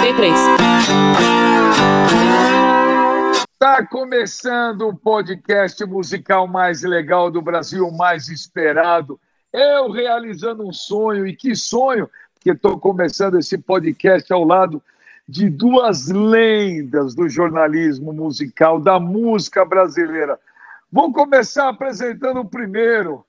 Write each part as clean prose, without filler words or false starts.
93. Está começando o podcast musical mais legal do Brasil, mais esperado. Eu realizando um sonho, e que sonho, porque estou começando esse podcast ao lado de duas lendas do jornalismo musical, da música brasileira. Vou começar apresentando o primeiro.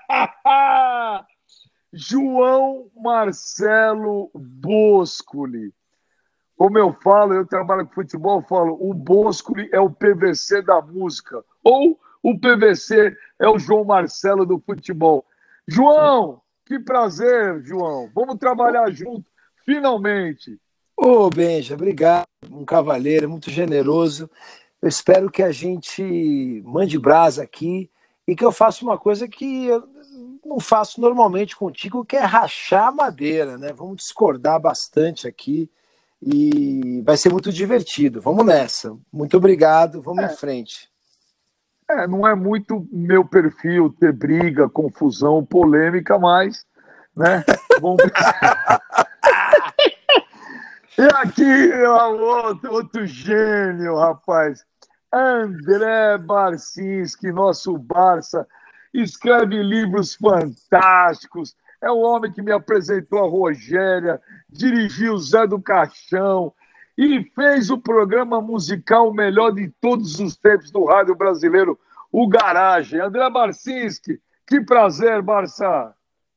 João Marcelo Boscoli. Como eu falo, eu trabalho com futebol, eu falo, o Boscoli é o PVC da música, ou o PVC é o João Marcelo do futebol. João, que prazer, João. Vamos trabalhar junto, finalmente. Ô, Benja, obrigado. Um cavalheiro, muito generoso. Eu espero que a gente mande brasa aqui e que eu faça uma coisa que eu não faço normalmente contigo, que é rachar a madeira, né? Vamos discordar bastante aqui e vai ser muito divertido. Vamos nessa. Muito obrigado, vamos em frente. Não é muito meu perfil ter briga, confusão, polêmica, mas, né? Vamos ver. E aqui, outro gênio, rapaz. André Barcinski, nosso Barça, escreve livros fantásticos. É o homem que me apresentou a Rogéria, dirigiu Zé do Caixão e fez o programa musical melhor de todos os tempos do rádio brasileiro, o Garagem. André Barcinski, que prazer, Barça.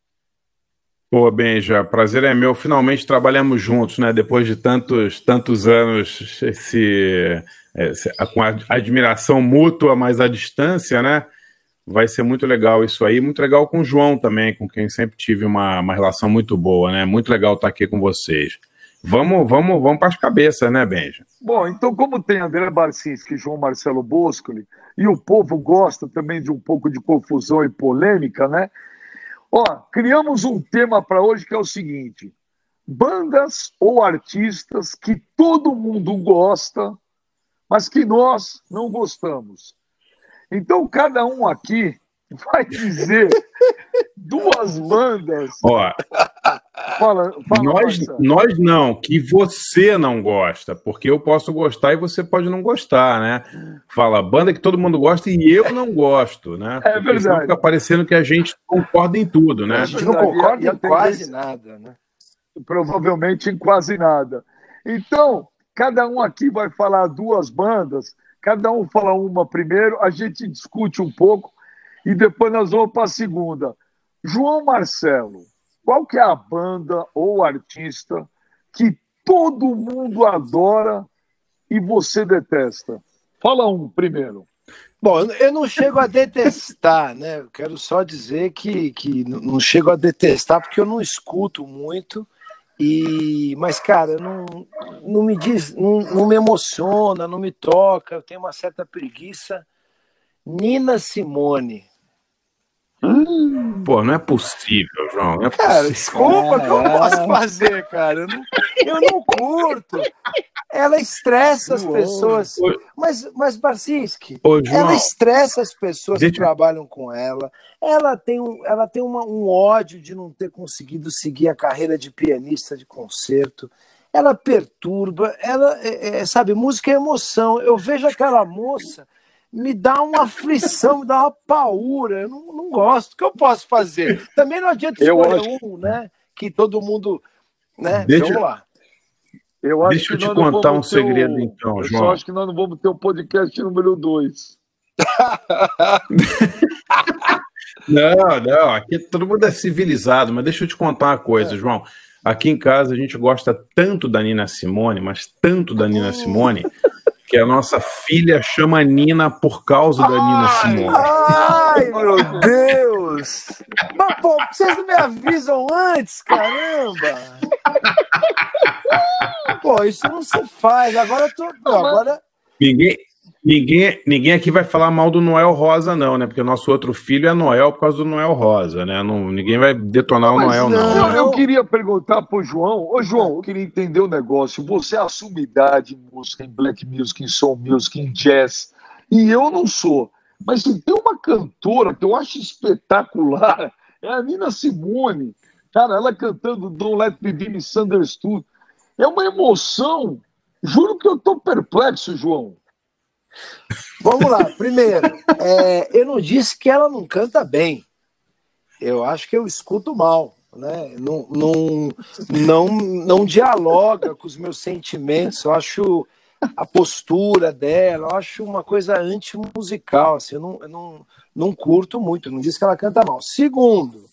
Pô, Benja, prazer é meu. Finalmente trabalhamos juntos, né? Depois de tantos anos, com a admiração mútua, mas à distância, né? Vai ser muito legal isso aí. Muito legal com o João também, com quem sempre tive uma relação muito boa, né? Muito legal estar aqui com vocês. Vamos para as cabeças, né, Benja? Bom, então, como tem André Barcinski e João Marcelo Boscoli, e o povo gosta também de um pouco de confusão e polêmica, né? Criamos um tema para hoje que é o seguinte: bandas ou artistas que todo mundo gosta, mas que nós não gostamos. Então, cada um aqui vai dizer duas bandas. Fala, nós não, que você não gosta, porque eu posso gostar e você pode não gostar, né? Fala, banda que todo mundo gosta e eu não gosto, né? É verdade. Senão fica parecendo que a gente concorda em tudo, né? A gente não concorda em quase nada, né? Provavelmente em quase nada. Então, cada um aqui vai falar duas bandas, cada um fala uma primeiro, a gente discute um pouco e depois nós vamos para a segunda. João Marcelo, qual que é a banda ou artista que todo mundo adora e você detesta? Fala um primeiro. Bom, eu não chego a detestar, né? Eu quero só dizer que não chego a detestar porque eu não escuto muito. Mas, cara, não me diz, não me emociona, não me toca, eu tenho uma certa preguiça. Nina Simone. Pô, não é possível, João. Não é cara, possível. desculpa, o que eu posso fazer, cara? Eu não curto. Ela estressa as pessoas. Mas Barcinski, ela estressa as pessoas que trabalham com ela. Ela tem um ódio de não ter conseguido seguir a carreira de pianista de concerto. Ela perturba. Sabe, música é emoção. Eu vejo aquela moça, me dá uma aflição, me dá uma paura. Eu não gosto. O que eu posso fazer? Também não adianta escolher um, né? Que todo mundo... Né? Vamos lá. Deixa eu te contar um segredo, então, João. Eu só acho que nós não vamos ter o podcast número 2. Não, aqui todo mundo é civilizado, mas deixa eu te contar uma coisa, João. Aqui em casa a gente gosta tanto da Nina Simone, mas tanto da Nina Simone, que a nossa filha chama Nina por causa da Nina Simone. Ai, meu Deus! Mas, pô, vocês não me avisam antes, caramba! Pô, isso não se faz. Agora eu tô... Agora... Ninguém aqui vai falar mal do Noel Rosa, não, né? Porque o nosso outro filho é Noel por causa do Noel Rosa, né? Ninguém vai detonar o Noel, não. Eu queria perguntar pro João. Ô, João, eu queria entender o negócio. Você é a sumidade em música, em black music, em soul music, em jazz. E eu não sou. Mas se tem uma cantora que eu acho espetacular, é a Nina Simone. Cara, ela cantando Don't Let Me Be Misunderstood. É uma emoção. Juro que eu estou perplexo, João. Vamos lá. Primeiro, eu não disse que ela não canta bem. Eu acho que eu escuto mal, né? Não dialoga com os meus sentimentos. Eu acho a postura dela, eu acho uma coisa antimusical. Assim, eu não curto muito. Não disse que ela canta mal. Segundo,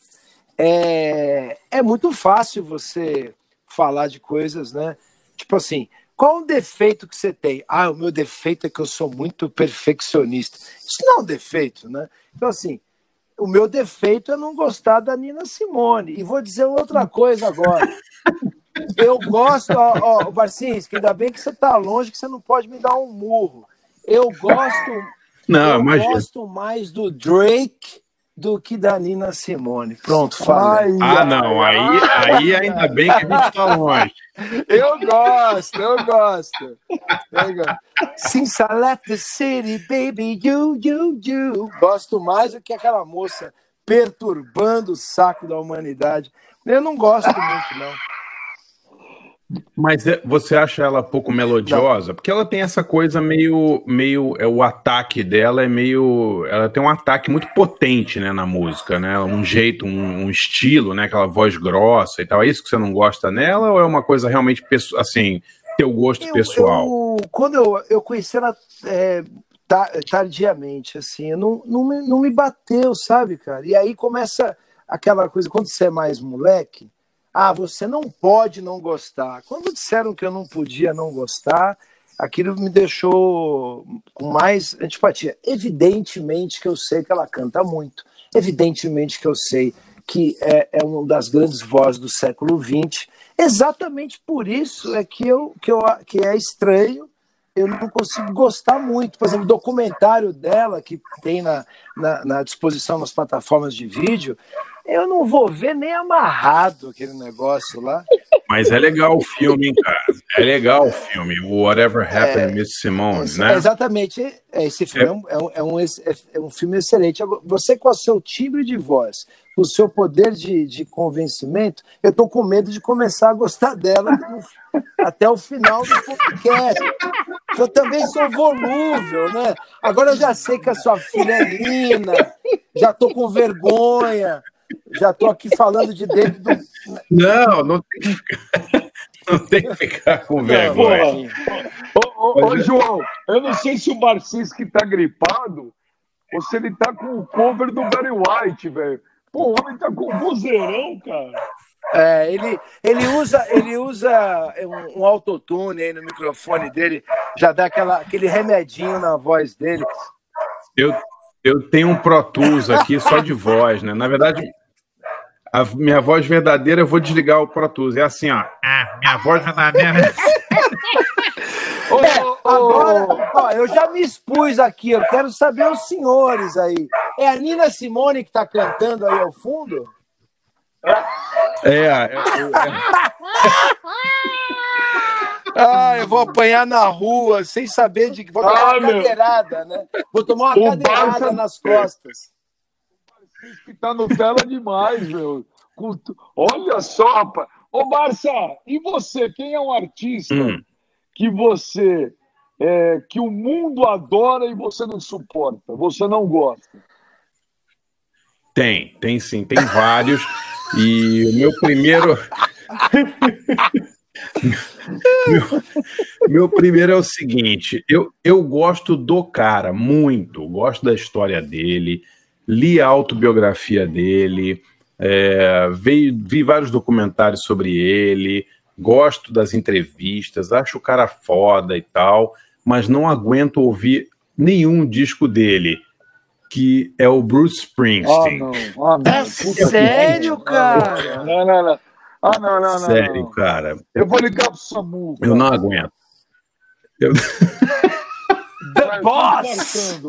é muito fácil você falar de coisas, né? Tipo assim, qual o defeito que você tem? O meu defeito é que eu sou muito perfeccionista. Isso não é um defeito, né? Então, assim, o meu defeito é não gostar da Nina Simone. E vou dizer outra coisa agora. Eu gosto, Barcinski, ainda bem que você está longe, que você não pode me dar um murro. Eu gosto mais do Drake do que da Nina Simone. Pronto, falei. Não, aí ainda bem que a gente está longe. Eu gosto. Since I left the city, baby, you. Gosto mais do que aquela moça perturbando o saco da humanidade. Eu não gosto muito, não. Mas você acha ela pouco melodiosa? Não. Porque ela tem essa coisa meio o ataque dela ela tem um ataque muito potente, né, na música, né? Um jeito, um estilo, né? Aquela voz grossa e tal. É isso que você não gosta nela ou é uma coisa realmente assim, teu gosto pessoal? Quando eu conheci ela tardiamente, assim, não me bateu, sabe, cara? E aí começa aquela coisa, quando você é mais moleque, você não pode não gostar. Quando disseram que eu não podia não gostar, aquilo me deixou com mais antipatia. Evidentemente que eu sei que ela canta muito. Evidentemente que eu sei que é uma das grandes vozes do século XX. Exatamente por isso é que é estranho, eu não consigo gostar muito. Por exemplo, o documentário dela, que tem na disposição nas plataformas de vídeo, eu não vou ver nem amarrado aquele negócio lá. Mas é legal o filme, hein, cara? É legal o filme, o Whatever Happened to Miss Simone, né? Exatamente. Esse filme é um filme excelente. Você, com o seu timbre de voz, com o seu poder de convencimento, eu estou com medo de começar a gostar dela até o final do podcast. Eu também sou volúvel, né? Agora eu já sei que a sua filha é linda, já estou com vergonha. Já estou aqui falando de dentro do... Não tem que ficar com vergonha. Ô, João, eu não sei se o Barcinski está gripado ou se ele está com o cover do Barry White, velho. Pô, o homem está com um vozeirão, cara. Ele usa um autotune aí no microfone dele, já dá aquele remedinho na voz dele. Eu tenho um Pro Tools aqui só de voz, né? Na verdade, a minha voz verdadeira, eu vou desligar o Pro Tools. É assim, ó. Minha voz verdadeira. Agora, eu já me expus aqui. Eu quero saber os senhores aí. É a Nina Simone que está cantando aí ao fundo? Eu vou apanhar na rua sem saber de que. Vou tomar uma cadeirada, né? Vou tomar uma cadeirada nas costas. Que tá Nutella demais, meu. Olha só, rapaz. Ô, Barça, e você? Quem é um artista que você... que o mundo adora e você não suporta? Você não gosta? Tem sim. Tem vários. E o meu primeiro... meu primeiro é o seguinte. Eu gosto do cara muito. Gosto da história dele. Li a autobiografia dele, vi vários documentários sobre ele, gosto das entrevistas, acho o cara foda e tal, mas não aguento ouvir nenhum disco dele, que é o Bruce Springsteen. É sério, cara? Não. Sério, cara. Eu vou ligar pro SAMU. Eu não aguento. The Boss!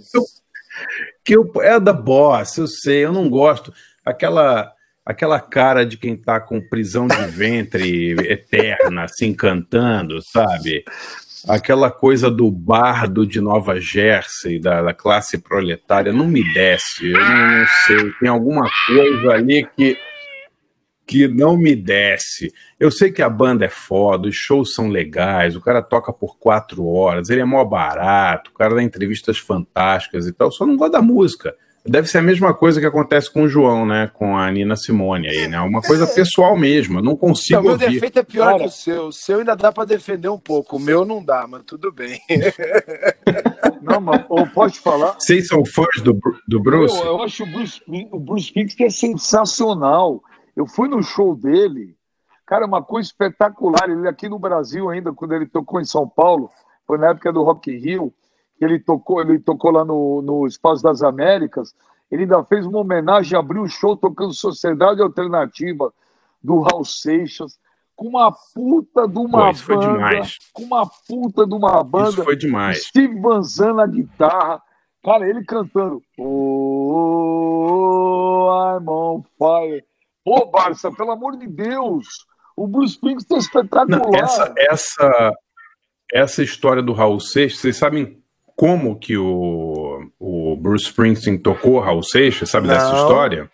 É da Boss, eu sei, eu não gosto. Aquela cara de quem tá com prisão de ventre eterna, assim, cantando, sabe? Aquela coisa do bardo de Nova Jersey, da classe proletária, não me desce. Eu não sei, tem alguma coisa ali que... que não me desce. Eu sei que a banda é foda, os shows são legais, o cara toca por 4 horas, ele é mó barato, o cara dá entrevistas fantásticas e tal, só não gosta da música. Deve ser a mesma coisa que acontece com o João, né? Com a Nina Simone aí, né? Uma coisa pessoal mesmo, eu não consigo ouvir. O meu defeito é pior que o seu. O seu ainda dá para defender um pouco, o meu não dá, mas tudo bem. Não, mas pode falar? Vocês são fãs do Bruce? Eu acho o Bruce Springsteen é sensacional. Eu fui no show dele, cara, uma coisa espetacular. Ele aqui no Brasil ainda, quando ele tocou em São Paulo, foi na época do Rock in Rio, que ele tocou lá no Espaço das Américas. Ele ainda fez uma homenagem, abriu o show tocando Sociedade Alternativa do Raul Seixas, com uma puta de uma banda. Foi demais. Com uma puta de uma banda. Isso foi demais. Steve Van Zandt na guitarra. Cara, ele cantando I'm on fire. Pô, Barça, pelo amor de Deus, o Bruce Springsteen é espetacular. Não, essa história do Raul Seixas, vocês sabem como que o Bruce Springsteen tocou Raul Seixas? Sabe dessa história?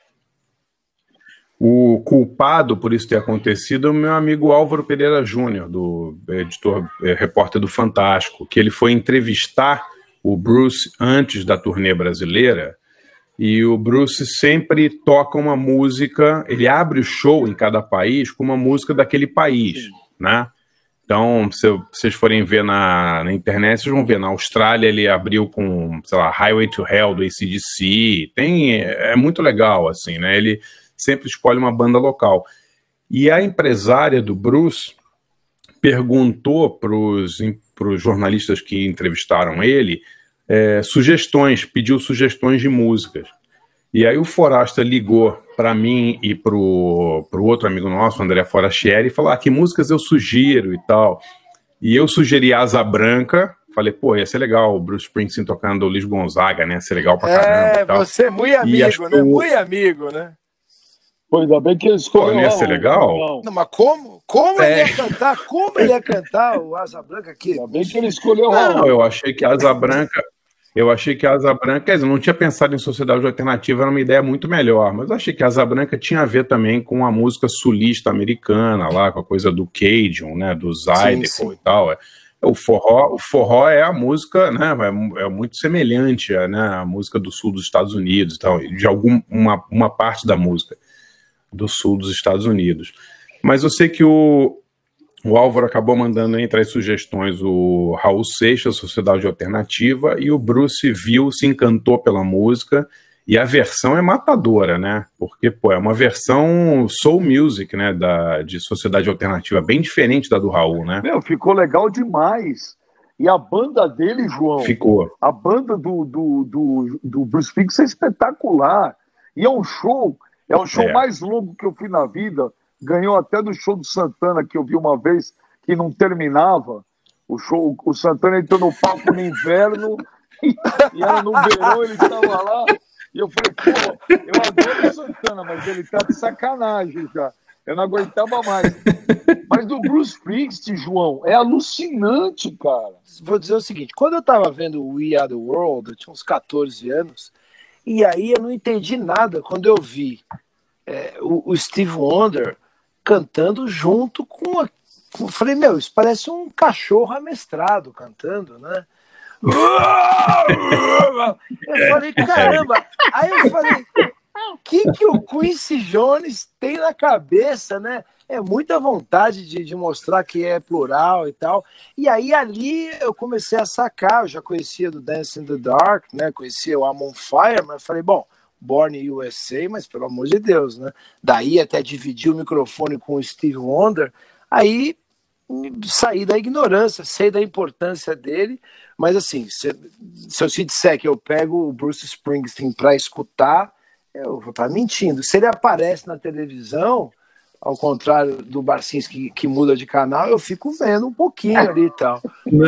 O culpado por isso ter acontecido é o meu amigo Álvaro Pereira Júnior, do repórter do Fantástico, que ele foi entrevistar o Bruce antes da turnê brasileira. E o Bruce sempre toca uma música, ele abre o show em cada país com uma música daquele país, né? Então, se vocês forem ver na internet, vocês vão ver, na Austrália ele abriu com, sei lá, Highway to Hell, do AC/DC, é muito legal, assim, né? Ele sempre escolhe uma banda local. E a empresária do Bruce perguntou para os jornalistas que entrevistaram ele, pediu sugestões de músicas. E aí o Forasta ligou para mim e para o outro amigo nosso, André Forastieri, e falou, que músicas eu sugiro e tal. E eu sugeri Asa Branca, falei, pô, ia ser legal o Bruce Springsteen tocando o Luiz Gonzaga, né? Ia ser legal pra caramba e tal. Você é muito amigo, né? Muito amigo, né? Pô, ainda bem que ele escolheu. Não ia ser legal? Não, mas como ele ia cantar? Como ele ia cantar o Asa Branca aqui? Ainda bem que ele escolheu. Não, eu achei que a Asa Branca, quer dizer, eu não tinha pensado em Sociedade Alternativa, era uma ideia muito melhor, mas eu achei que a Asa Branca tinha a ver também com a música sulista americana, lá, com a coisa do Cajun, né, do Zydeco e tal. O forró é a música, né, é muito semelhante, né, à música do sul dos Estados Unidos e tal, de uma parte da música do sul dos Estados Unidos. Mas eu sei que o Álvaro acabou mandando entre as sugestões o Raul Seixas, Sociedade Alternativa, e o Bruce se encantou pela música, e a versão é matadora, né? Porque, pô, é uma versão soul music, né, de Sociedade Alternativa, bem diferente da do Raul, né? Ficou legal demais. E a banda dele, João... Ficou. A banda do Bruce Springsteen é espetacular. E é um show mais longo que eu fui na vida. Ganhou até do show do Santana, que eu vi uma vez, que não terminava. O Santana entrou no palco no inverno e era no verão, ele estava lá. E eu falei, pô, eu adoro o Santana, mas ele tá de sacanagem já. Eu não aguentava mais. Mas do Bruce Springsteen, João, é alucinante, cara. Vou dizer o seguinte, quando eu tava vendo We Are The World, eu tinha uns 14 anos, e aí eu não entendi nada quando eu vi o Steve Wonder cantando junto com eu falei, isso parece um cachorro amestrado cantando, né? Eu falei, caramba. Aí eu falei, o que o Quincy Jones tem na cabeça, né? É muita vontade de mostrar que é plural e tal. E aí ali eu comecei a sacar, eu já conhecia do Dance in the Dark, né? Conhecia o I'm on Fire, mas falei, bom, Born USA, mas pelo amor de Deus, né? Daí até dividir o microfone com o Steve Wonder, aí saí da ignorância, sei da importância dele, mas assim, se eu te disser que eu pego o Bruce Springsteen para escutar, eu vou estar mentindo. Se ele aparece na televisão, ao contrário do Barcinski que muda de canal, eu fico vendo um pouquinho ali e tal.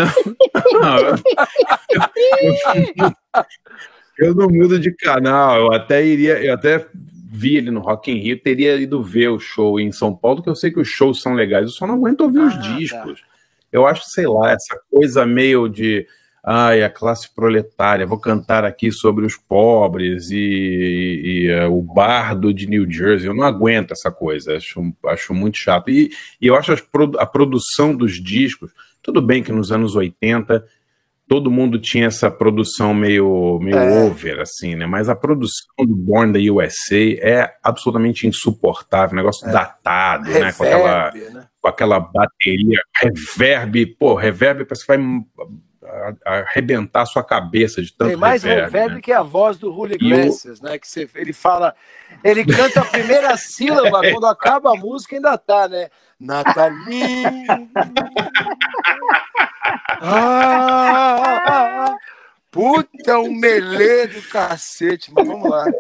Eu não mudo de canal, eu até vi ele no Rock in Rio, teria ido ver o show em São Paulo, que eu sei que os shows são legais, eu só não aguento ouvir os discos. Tá. Eu acho, sei lá, essa coisa meio de ai, a classe proletária, vou cantar aqui sobre os pobres e o bardo de New Jersey. Eu não aguento essa coisa, acho muito chato. E eu acho a produção dos discos, tudo bem que nos anos 80 todo mundo tinha essa produção meio over, assim, né? Mas a produção do Born in the USA é absolutamente insuportável, negócio datado, reverb, né? Com aquela bateria, reverb, reverb parece que vai arrebentar a sua cabeça de tanto tem mais reverb, né? Que a voz do Julio Iglesias, né? Que ele fala, ele canta a primeira sílaba, quando acaba a música ainda tá, né? Nathalie. Puta, um melê do cacete, mas vamos lá.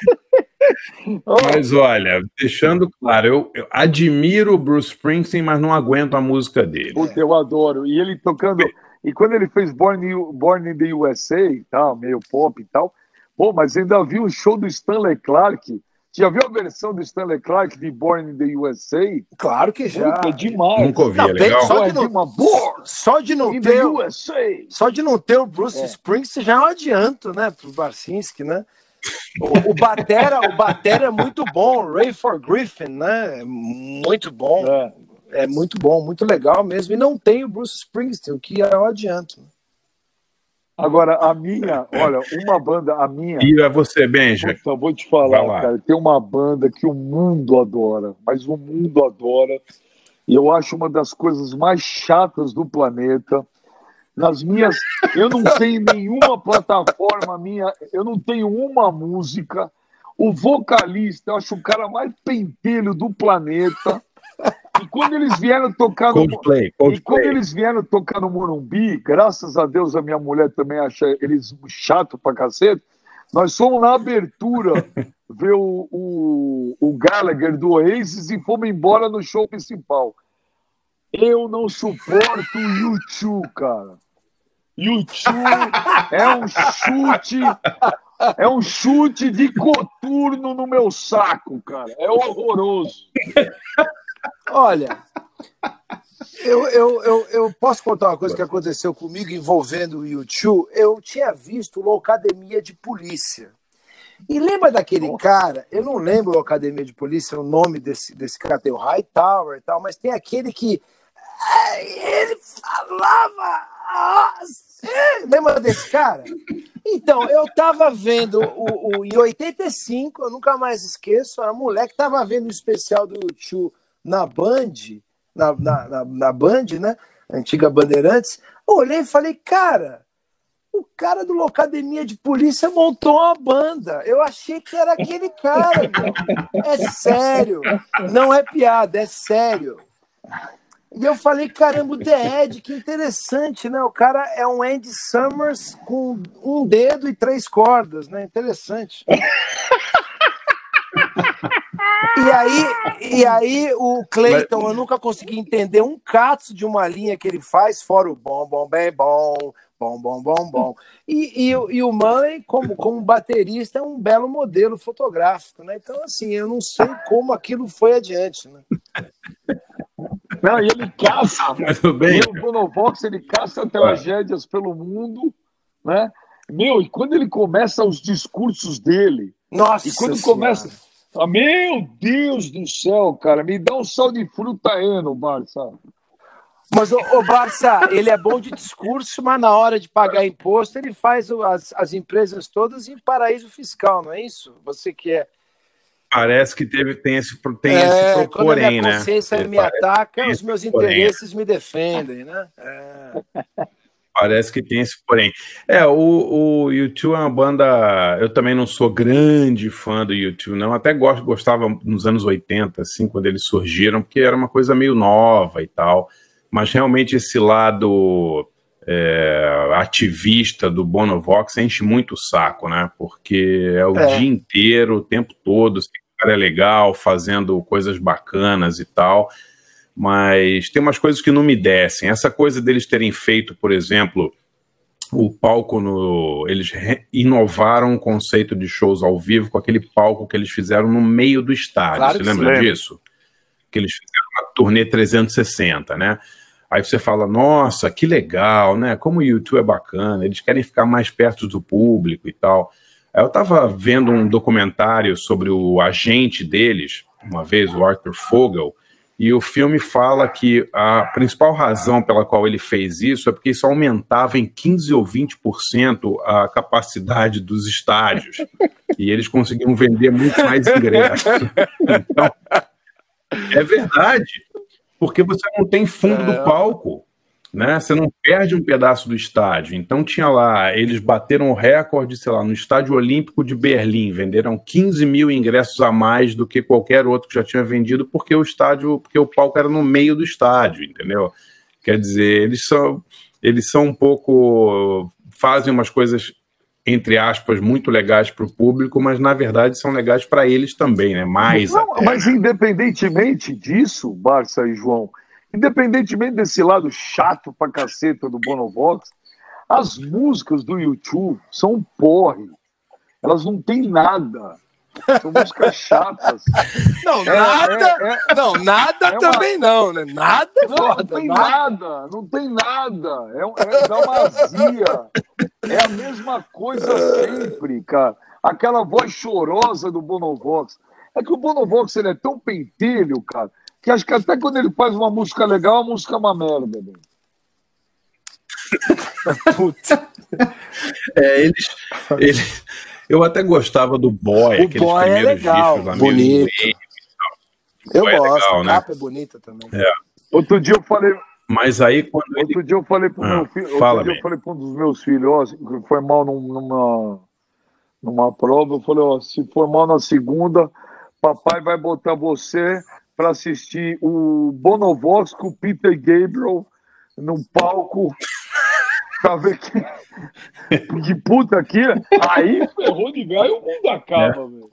Mas olha, deixando claro, eu admiro o Bruce Springsteen, mas não aguento a música dele. Puta, eu adoro. E ele tocando. E quando ele fez Born in the USA e tal, meio pop e tal, mas ainda viu o show do Stanley Clarke. Já viu a versão do Stanley Clarke de Born in the USA? Claro que já. Puta, é demais. Nunca ouvi, é legal. Só de não ter o Bruce Springsteen já é um adianto, né, pro Barcinski, né? O batera é muito bom, Rayford Griffin, né? Muito bom. É muito bom, muito legal mesmo. E não tem o Bruce Springsteen, o que é um adianto. Agora, a minha, olha, uma banda, a minha... E é você, Benja? Puta, vou te falar, cara, tem uma banda que o mundo adora, mas o mundo adora, e eu acho uma das coisas mais chatas do planeta. Nas minhas... Eu não tenho nenhuma plataforma minha, eu não tenho uma música. O vocalista, eu acho o cara mais pentelho do planeta. E quando eles vieram tocar Coldplay. E quando eles vieram tocar no Morumbi, graças a Deus a minha mulher também acha eles chato pra cacete, nós fomos na abertura ver o Gallagher do Oasis e fomos embora no show principal. Eu não suporto o U2, cara. U2 é um chute de coturno no meu saco, cara. É horroroso. Olha, eu posso contar uma coisa que aconteceu comigo envolvendo o U2. Eu tinha visto Loucademia de Polícia. E lembra daquele cara? Eu não lembro o Academia de Polícia, o nome desse cara. Tem o Hightower e tal, mas tem aquele que ele falava assim. Lembra desse cara? Então, eu tava vendo em 85, eu nunca mais esqueço, a mulher que tava vendo o especial do U2 na Band, na Band, né? Antiga Bandeirantes. Eu olhei e falei, cara, o cara do Loucademia de Polícia montou uma banda. Eu achei que era aquele cara, meu. É sério. Não é piada, é sério. E eu falei, caramba, o The Edge, que interessante, né? O cara é um Andy Summers com um dedo e 3 cordas, né? Interessante. E aí o Clayton, eu nunca consegui entender um catso de uma linha que ele faz, fora o bom, bom, bem bom, bom, bom, bom, bom. E o Murray, como baterista, é um belo modelo fotográfico, né? Então, assim, eu não sei como aquilo foi adiante, né? Não, e ele caça. Bem. O Bonovox, ele caça tragédias pelo mundo, né? Meu, e quando ele começa os discursos dele... Nossa, e quando começa... meu Deus do céu, cara, me dá um sal de fruta aí no Barça. Mas o Barça, ele é bom de discurso, mas na hora de pagar imposto, ele faz as empresas todas em paraíso fiscal, não é isso? Você que é... Parece que tem esse porém, quando a minha né? consciência me ataca, os meus interesses me defendem, né? Parece que tem esse porém. O U2 é uma banda... Eu também não sou grande fã do U2, não. Até gostava nos anos 80, assim, quando eles surgiram, porque era uma coisa meio nova e tal. Mas realmente esse lado ativista do Bonovox enche muito o saco, né? Porque é o dia inteiro, o tempo todo, esse cara é legal, fazendo coisas bacanas e tal. Mas tem umas coisas que não me descem. Essa coisa deles terem feito, por exemplo, o palco eles inovaram o conceito de shows ao vivo com aquele palco que eles fizeram no meio do estádio. Claro. Você lembra disso? Que eles fizeram uma turnê 360, né? Aí você fala, nossa, que legal, né? Como o YouTube é bacana, eles querem ficar mais perto do público e tal. Aí eu estava vendo um documentário sobre o agente deles, uma vez, o Arthur Fogel, e o filme fala que a principal razão pela qual ele fez isso é porque isso aumentava em 15 ou 20% a capacidade dos estádios. E eles conseguiam vender muito mais ingressos. Então, é verdade, porque você não tem fundo do palco, né? Você não perde um pedaço do estádio. Então tinha lá, eles bateram o recorde, sei lá, no Estádio Olímpico de Berlim, venderam 15 mil ingressos a mais do que qualquer outro que já tinha vendido, porque o palco era no meio do estádio, entendeu? Quer dizer, eles são um pouco, fazem umas coisas, entre aspas, muito legais para o público, mas na verdade são legais para eles também, né? Mais não, até, mas né? independentemente disso, Barça e João, independentemente desse lado chato pra caceta do Bonovox, as músicas do YouTube são um porre. Elas não têm nada. São músicas chatas. Não, nada também não, né? Nada é foda. Não tem nada. Dá uma azia. É a mesma coisa sempre, cara. Aquela voz chorosa do Bonovox. É que o Bonovox, ele é tão pentelho, cara, que acho que até quando ele faz uma música legal, a música é uma merda. Puta. Eu até gostava do Boy, aqueles Boy primeiros é legal, discos lá, bonito. Eu gosto, legal, a né? capa é bonita também. Outro dia eu falei... Mas aí quando Outro dia eu falei pro meu filho, eu falei para um dos meus filhos, que foi mal numa prova, eu falei, ó, se for mal na segunda, papai vai botar você para assistir o Bonovox com o Peter Gabriel no palco pra ver que puta aqui. Aí ferrou de velho, o mundo acaba, velho.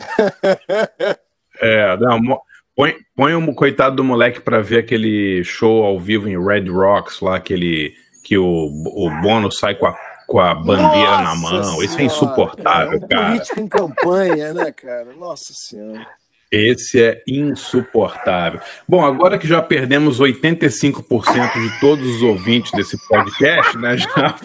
Não, põe o coitado do moleque pra ver aquele show ao vivo em Red Rocks lá, que o Bono sai com a bandeira na mão. Senhora, isso é insuportável, cara. Político em campanha, né, cara? Nossa Senhora. Esse é insuportável. Bom, agora que já perdemos 85% de todos os ouvintes desse podcast, né?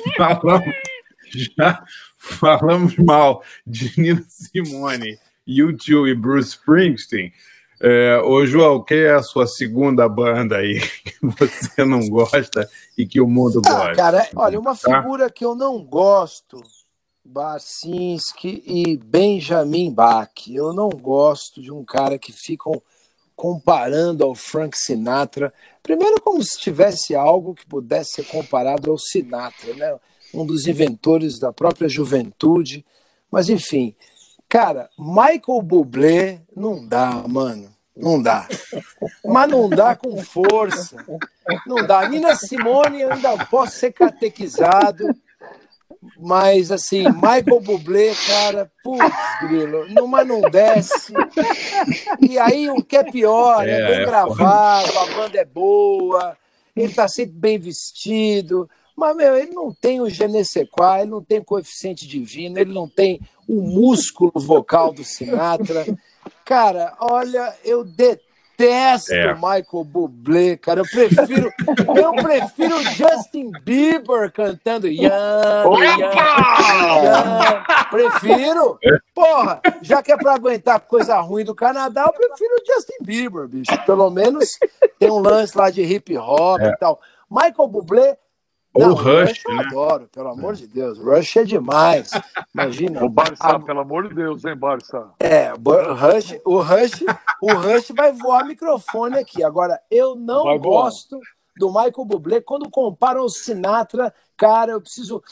Já falamos mal de Nina Simone, U2 e Bruce Springsteen. Ô, João, quem é a sua segunda banda aí que você não gosta e que o mundo gosta? Cara, olha, uma figura que eu não gosto, Barcinski e Benjamin Bach. Eu não gosto de um cara que ficam comparando ao Frank Sinatra. Primeiro, como se tivesse algo que pudesse ser comparado ao Sinatra, né? Um dos inventores da própria juventude. Mas, enfim, cara, Michael Bublé não dá, mano. Não dá. Mas não dá com força. Não dá. Nina Simone eu ainda posso ser catequizado. Mas, assim, Michael Bublé, cara, putz, grilo, mas não desce. E aí, o que é pior, é bem gravado, a banda é boa, ele tá sempre bem vestido, mas, meu, ele não tem o je ne sais quoi, ele não tem coeficiente divino, ele não tem o músculo vocal do Sinatra. Cara, olha, eu detesto Michael Bublé, cara. Eu prefiro Justin Bieber cantando Prefiro. Porra, já que é pra aguentar coisa ruim do Canadá, eu prefiro Justin Bieber, bicho. Pelo menos tem um lance lá de hip hop e tal. Michael Bublé. Ou Rush, eu adoro, pelo amor de Deus. Rush é demais. Imagina. O Barça, pelo amor de Deus, hein, Barça? O Rush vai voar microfone aqui. Agora, eu não gosto do Michael Bublé. Quando comparam o Sinatra, cara, eu preciso...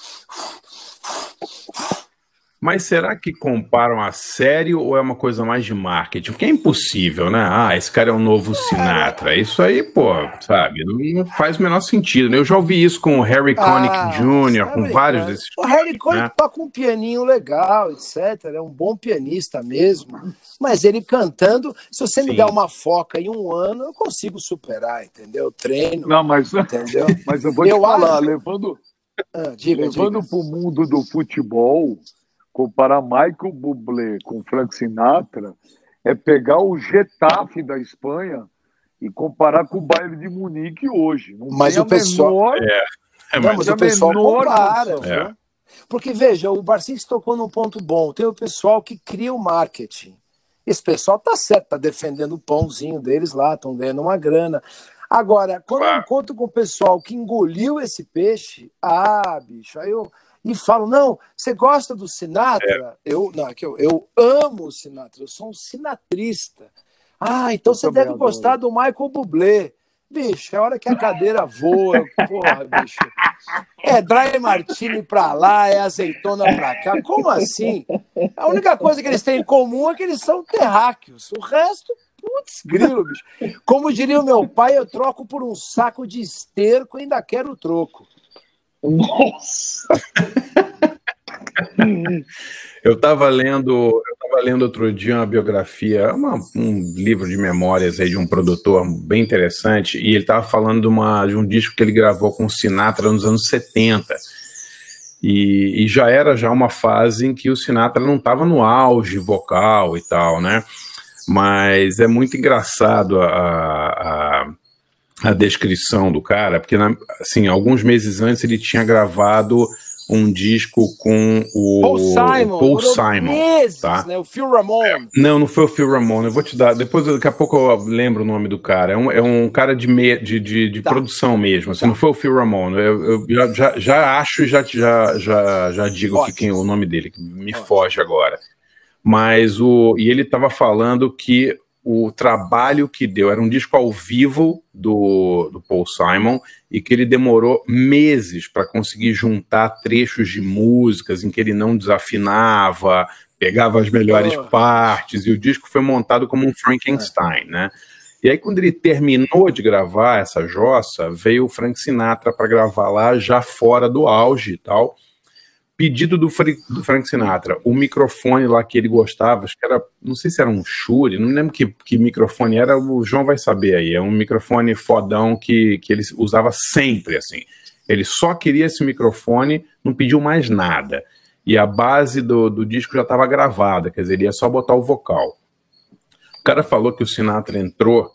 Mas será que comparam a sério ou é uma coisa mais de marketing? Porque é impossível, né? Esse cara é o novo Sinatra. Isso aí, pô, sabe, não faz o menor sentido. Eu já ouvi isso com o Harry Connick Jr., com vários desses. O Harry Connick toca um pianinho legal, etc. É um bom pianista mesmo. Mas ele cantando, se você me der uma foca em um ano, eu consigo superar, entendeu? Eu treino. Não, mas, entendeu? Mas eu vou te falar, levando pro mundo do futebol, comparar Michael Bublé com Frank Sinatra é pegar o Getafe da Espanha e comparar com o Bayern de Munique hoje. Não mas tem o pessoal... mas o pessoal compara, viu? Porque, veja, o Barcinski tocou num ponto bom. Tem o pessoal que cria o marketing. Esse pessoal tá certo, tá defendendo o pãozinho deles lá, estão ganhando uma grana. Agora, quando eu encontro com o pessoal que engoliu esse peixe, bicho, aí eu... E falo, não, você gosta do Sinatra? Eu amo o Sinatra, eu sou um sinatrista. Então você deve gostar do Michael Bublé. Bicho, é hora que a cadeira voa, porra, bicho. É dry martini pra lá, é azeitona pra cá. Como assim? A única coisa que eles têm em comum é que eles são terráqueos. O resto, putz, grilo, bicho. Como diria o meu pai, eu troco por um saco de esterco e ainda quero o troco. Nossa! Eu estava lendo outro dia uma biografia, um livro de memórias aí de um produtor bem interessante, e ele estava falando de um disco que ele gravou com o Sinatra nos anos 70. E já era uma fase em que o Sinatra não estava no auge vocal e tal, né? Mas é muito engraçado a descrição do cara, porque assim, alguns meses antes ele tinha gravado um disco com o Paul Simon, meses, tá? Né? O Phil Ramone. Não foi o Phil Ramone. Eu vou te dar. Daqui a pouco eu lembro o nome do cara. É um cara de produção mesmo. Assim, não foi o Phil Ramone. Eu já acho e já digo que o nome dele, que me foge agora. Mas e ele estava falando que o trabalho que deu era um disco ao vivo do Paul Simon e que ele demorou meses para conseguir juntar trechos de músicas em que ele não desafinava, pegava as melhores partes, e o disco foi montado como um Frankenstein, né? E aí, quando ele terminou de gravar essa jossa, veio o Frank Sinatra para gravar lá, já fora do auge e tal. Pedido do Frank Sinatra, o microfone lá que ele gostava, acho que era, não sei se era um Shure, não lembro que microfone era, o João vai saber aí, é um microfone fodão que ele usava sempre, assim. Ele só queria esse microfone, não pediu mais nada. E a base do disco já estava gravada, quer dizer, ele ia só botar o vocal. O cara falou que o Sinatra entrou,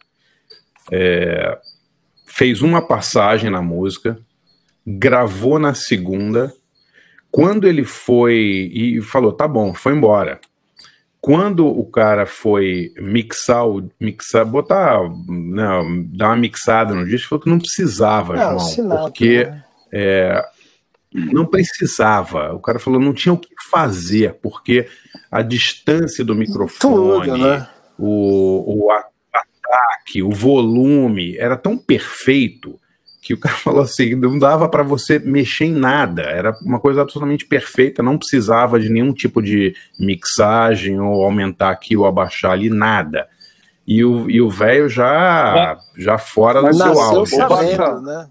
fez uma passagem na música, gravou na segunda. Quando ele foi e falou, tá bom, foi embora. Quando o cara foi mixar, botar, não, dar uma mixada no disco, falou que não precisava, João, Sinatra, porque não precisava. O cara falou, não tinha o que fazer, porque a distância do microfone, tudo, né? o ataque, o volume, era tão perfeito que o cara falou assim, não dava para você mexer em nada, era uma coisa absolutamente perfeita, não precisava de nenhum tipo de mixagem ou aumentar aqui ou abaixar ali, nada. E o velho já fora do seu auge. Sabendo, né?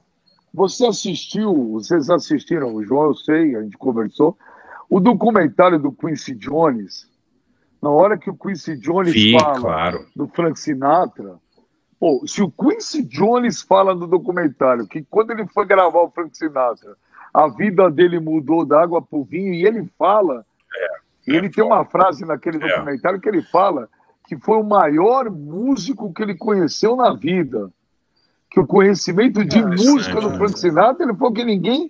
Vocês assistiram, o João, eu sei, a gente conversou, o documentário do Quincy Jones, na hora que o Quincy Jones fala do Frank Sinatra. Pô, se o Quincy Jones fala no documentário que quando ele foi gravar o Frank Sinatra, a vida dele mudou da água para o vinho, e ele fala, ele tem uma frase naquele documentário que ele fala que foi o maior músico que ele conheceu na vida, que o conhecimento de música do Frank Sinatra, ele falou que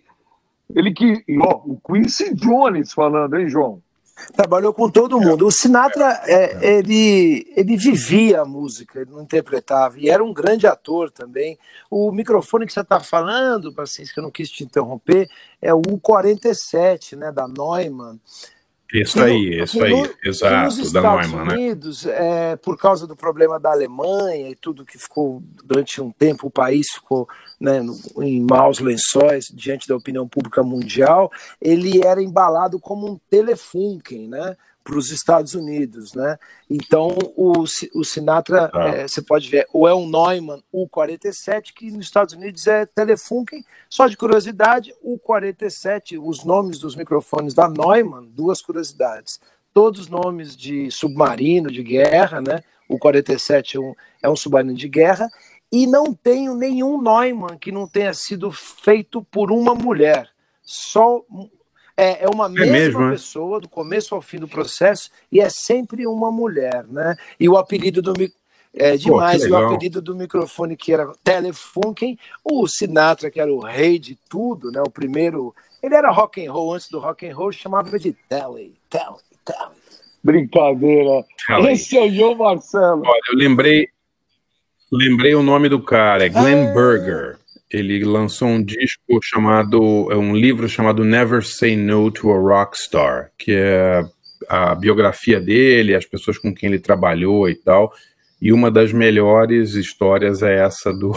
o Quincy Jones falando, hein, João? Trabalhou com todo mundo. O Sinatra, ele vivia a música, ele não interpretava, e era um grande ator também. O microfone que você está falando, Barcinski, que eu não quis te interromper, é o U47, né, da Neumann. Isso aí, exato, da Neumann, né? Unidos, por causa do problema da Alemanha e tudo que ficou, durante um tempo, o país ficou, né, em maus lençóis diante da opinião pública mundial, ele era embalado como um Telefunken, né, para os Estados Unidos, né? Então o Sinatra, você pode ver, ou é um Neumann U47, que nos Estados Unidos é Telefunken. Só de curiosidade, U47, os nomes dos microfones da Neumann, duas curiosidades, todos nomes de submarino de guerra, né? O 47 é um submarino de guerra, e não tenho nenhum Neumann que não tenha sido feito por uma mulher, só é uma mesma pessoa, do começo ao fim do processo, e é sempre uma mulher, né? E o apelido demais. O apelido do microfone que era Telefunken, o Sinatra, que era o rei de tudo, né? O primeiro... Ele era rock and roll, antes do rock and roll, chamava de Tele. Brincadeira. Esse é o João Marcelo. Olha, eu lembrei o nome do cara, é Glenn Berger. Ele lançou um disco um livro chamado Never Say No to a Rockstar, que é a biografia dele, as pessoas com quem ele trabalhou e tal. E uma das melhores histórias é essa do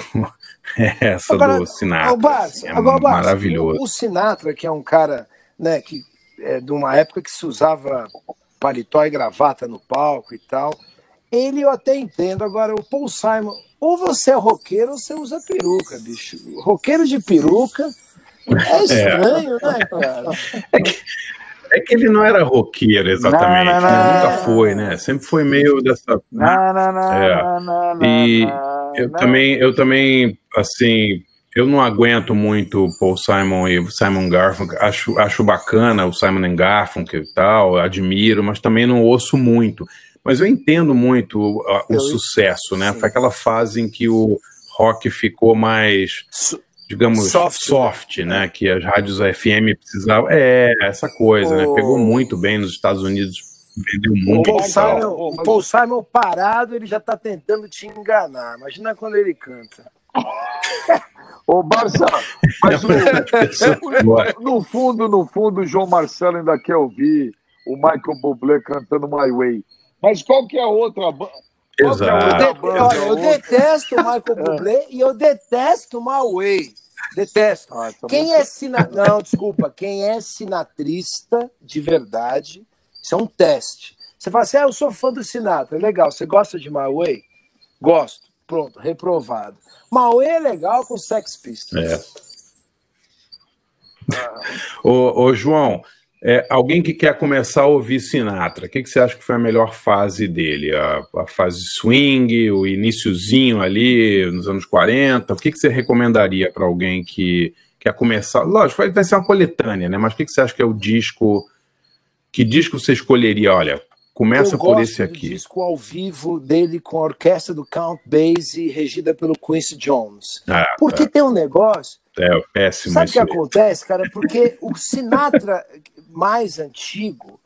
Sinatra. Maravilhoso. O Sinatra, que é um cara, né, que é de uma época que se usava paletó e gravata no palco e tal, eu até entendo. Agora, o Paul Simon, ou você é roqueiro ou você usa peruca, bicho. Roqueiro de peruca é estranho, né, cara? É que ele não era roqueiro exatamente, nunca foi, né? Sempre foi meio dessa... E eu também, assim, eu não aguento muito Paul Simon e Simon Garfunkel. Acho bacana o Simon & Garfunkel e tal, admiro, mas também não ouço muito. Mas eu entendo muito o sucesso, né? Foi aquela fase em que o rock ficou mais... digamos, soft, né? Que as rádios FM precisavam. Essa coisa, né? Pegou muito bem nos Estados Unidos, vendeu muito. O Paul Simon parado, ele já tá tentando te enganar. Imagina quando ele canta. Ô, Barça, mas no fundo, o João Marcelo ainda quer ouvir o Michael Bublé cantando My Way. Mas qual que é a outra banda? Exato. Eu detesto o Michael Bublé e eu detesto o My Way. Detesto. Quem é sinatrista de verdade, isso é um teste. Você fala assim, eu sou fã do Sinatra, legal, você gosta de My Way? Gosto. Pronto, reprovado. My Way é legal com Sex Pistols. Ô, João, alguém que quer começar a ouvir Sinatra, o que você acha que foi a melhor fase dele? A fase swing, o iniciozinho ali nos anos 40? O que você recomendaria para alguém que quer começar? Lógico, vai ser uma coletânea, né? Mas o que você acha que é o disco? Que disco você escolheria? Olha, começa por esse aqui. Eu gosto do disco ao vivo dele com a orquestra do Count Basie, regida pelo Quincy Jones. Porque tem um negócio... péssimo. Sabe o que acontece, cara? Porque o Sinatra mais antigo,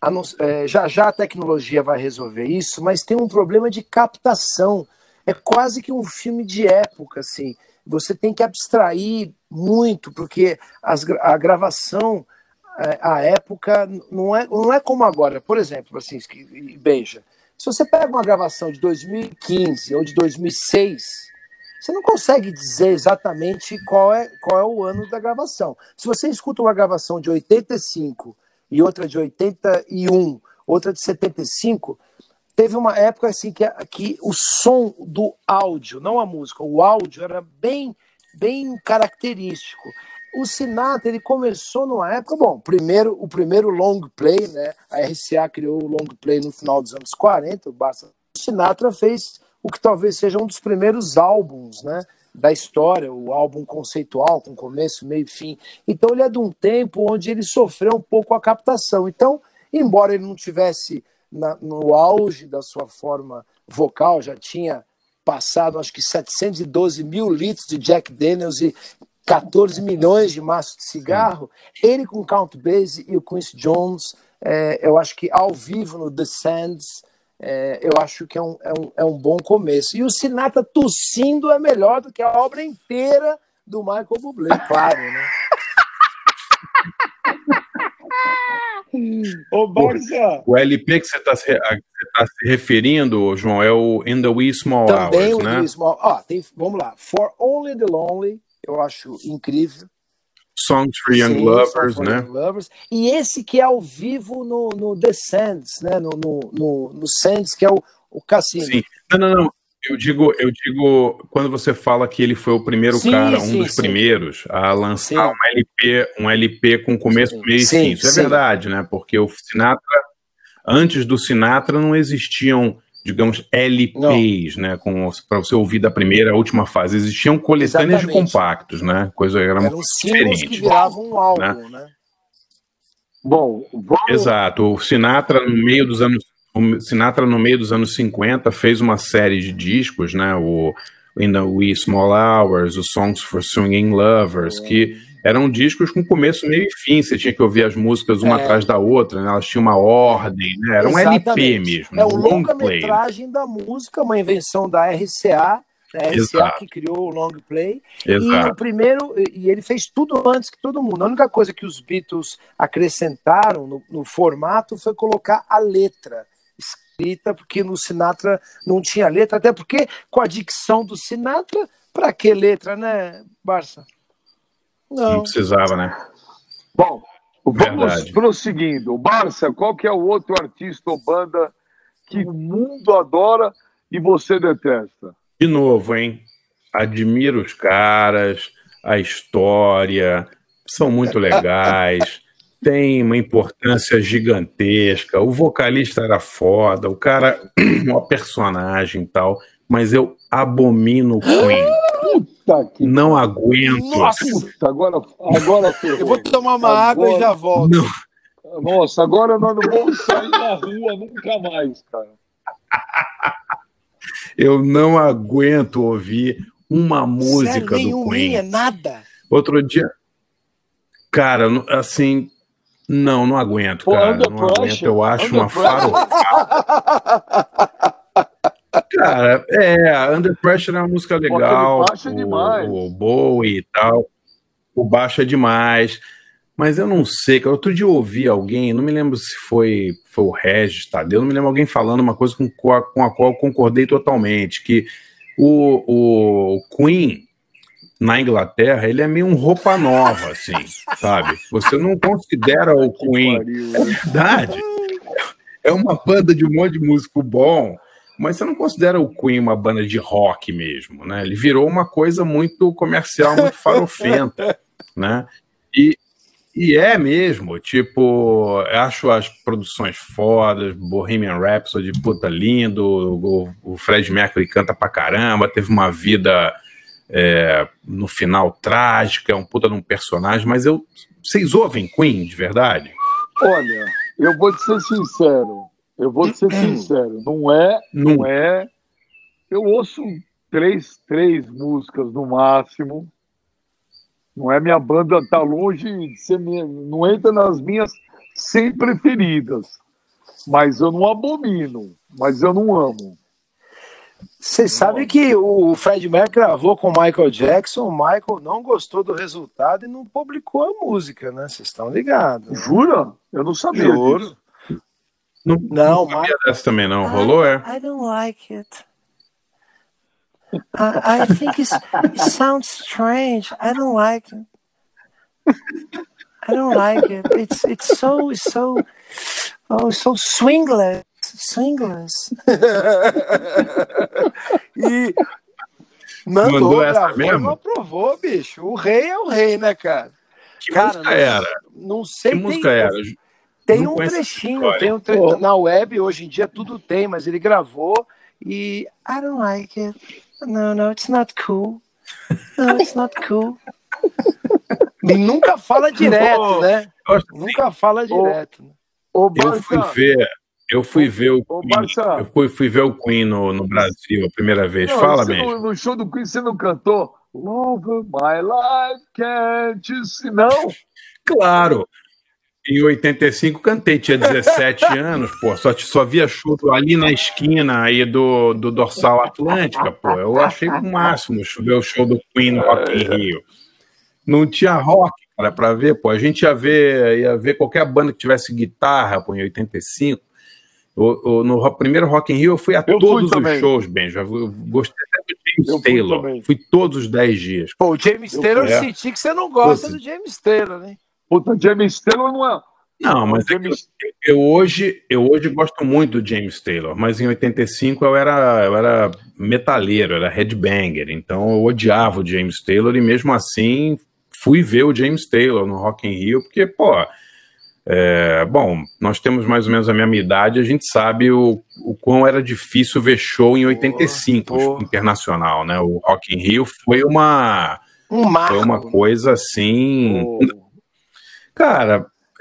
já a tecnologia vai resolver isso, mas tem um problema de captação. É quase que um filme de época, assim. Você tem que abstrair muito, porque a gravação, a época, não é como agora. Por exemplo, assim, beija. Se você pega uma gravação de 2015 ou de 2006... você não consegue dizer exatamente qual é o ano da gravação. Se você escuta uma gravação de 85 e outra de 81, outra de 75, teve uma época assim que o som do áudio, não a música, o áudio era bem característico. O Sinatra, ele começou numa época, o primeiro long play, né? A RCA criou o long play no final dos anos 40, o Sinatra fez o que talvez seja um dos primeiros álbuns, né, da história, o álbum conceitual, com começo, meio e fim. Então ele é de um tempo onde ele sofreu um pouco a captação. Então, embora ele não tivesse no auge da sua forma vocal, já tinha passado, acho que 712 mil litros de Jack Daniels e 14 milhões de maços de cigarro, ele com o Count Basie e o Quincy Jones, eu acho que ao vivo no The Sands, eu acho que é um bom começo. E o Sinatra tossindo é melhor do que a obra inteira do Michael Bublé, claro, né? Ô, Barça! O LP que você está se referindo, João, é o In the Wee Small Também Hours, né? Vamos lá. For Only the Lonely, eu acho incrível. Songs for Young Lovers, né? Young Lovers. E esse que é ao vivo no The Sands, né? No Sands, que é o cassino. Sim. Não. Eu digo, quando você fala que ele foi o primeiro dos primeiros a lançar um LP com começo, meio e fim. Isso é verdade, né? Porque o Sinatra, antes do Sinatra, não existiam, digamos, LPs, né? Para você ouvir da primeira à última fase. Existiam coletâneas de compactos, né? Eram singles que viravam um álbum, né? Bom, Exato. O Sinatra, no meio dos anos O Sinatra, no meio dos anos 50, fez uma série de discos, né? O In the Wee Small Hours, o Songs for Swinging Lovers, que eram discos com começo, meio e fim. Você tinha que ouvir as músicas uma atrás da outra, né? Elas tinham uma ordem, né? Era um LP mesmo. É o longa-metragem da música, uma invenção da RCA, que criou o long play. Exato. E o primeiro, e ele fez tudo antes que todo mundo. A única coisa que os Beatles acrescentaram no formato foi colocar a letra escrita, porque no Sinatra não tinha letra, até porque com a dicção do Sinatra, para que letra, né, Barça? Não precisava, né? Bom, vamos prosseguindo. Barça, qual que é o outro artista ou banda que o mundo adora e você detesta? De novo, hein? Admiro os caras, a história, são muito legais, tem uma importância gigantesca, o vocalista era foda, o cara é uma personagem e tal, mas eu abomino o Queen. Não aguento. Nossa, agora ferrou. Eu vou tomar uma água e já volto. Não. Nossa, agora nós não vamos sair na rua nunca mais, cara. Eu não aguento ouvir uma música do Queen. Nada. Outro dia, cara, assim, não aguento, cara. Não aguento, eu acho uma farofada. Cara, Under Pressure é uma música legal. Baixo é demais. O Bowie e tal. O baixo é demais. Mas eu não sei, cara. Outro dia eu ouvi alguém, não me lembro se foi o Regis Tadeu, não me lembro alguém falando uma coisa com a qual eu concordei totalmente, que o Queen, na Inglaterra, ele é meio um roupa nova, assim, sabe? Você não considera o Queen... É verdade. É uma banda de um monte de músico bom, mas você não considera o Queen uma banda de rock mesmo, né? Ele virou uma coisa muito comercial, muito farofenta, né? E é mesmo, tipo, acho as produções fodas, Bohemian Rhapsody, puta lindo, o Fred Mercury canta pra caramba, teve uma vida no final trágica, é um puta de um personagem, mas vocês ouvem Queen de verdade? Olha, eu vou te ser sincero, não é, eu ouço três músicas no máximo. Não é minha banda, tá longe de ser não entra nas minhas 100 preferidas. Mas eu não abomino, mas eu não amo. Você sabe que o Fred Mercury gravou com o Michael Jackson, o Michael não gostou do resultado e não publicou a música, né? Vocês estão ligados. Né? Jura? Eu não sabia. Juro. Não sabia dessa também, não. Rolou, I don't like it. I think it sounds strange. I don't like it. It's so swingless. E mandou essa mesmo? Não aprovou, bicho. O rei é o rei, né, cara? Que música era? Não sei. Que música era? Tem um trechinho, na web, hoje em dia tudo tem, mas ele gravou e I don't like it. No, it's not cool. No, it's not cool. E nunca fala direto, né? Nunca fala direto. Eu fui ver o Queen. Eu fui ver o Queen no Brasil a primeira vez. Fala mesmo. No show do Queen você não cantou Love My Life Can't You See? Não? Claro. Em 85 cantei, tinha 17 anos, pô, só via show ali na esquina aí do Dorsal Atlântica, pô. Eu achei o máximo ver o show do Queen no Rock in Rio. Não tinha rock, cara, pra ver, pô. A gente ia ver qualquer banda que tivesse guitarra, pô, em 85. No primeiro Rock in Rio eu fui a todos os shows, Benja. Eu gostei até do James Taylor. Fui todos os 10 dias. Pô, o James Taylor, eu senti que você não gosta do James Taylor, né? Puta, James Taylor não é... Não, mas eu hoje gosto muito do James Taylor, mas em 85 eu era metaleiro, era headbanger, então eu odiava o James Taylor e mesmo assim fui ver o James Taylor no Rock in Rio, porque, pô, bom, nós temos mais ou menos a mesma idade, a gente sabe o quão era difícil ver show em 85 internacional, né? O Rock in Rio foi uma coisa assim... Cara,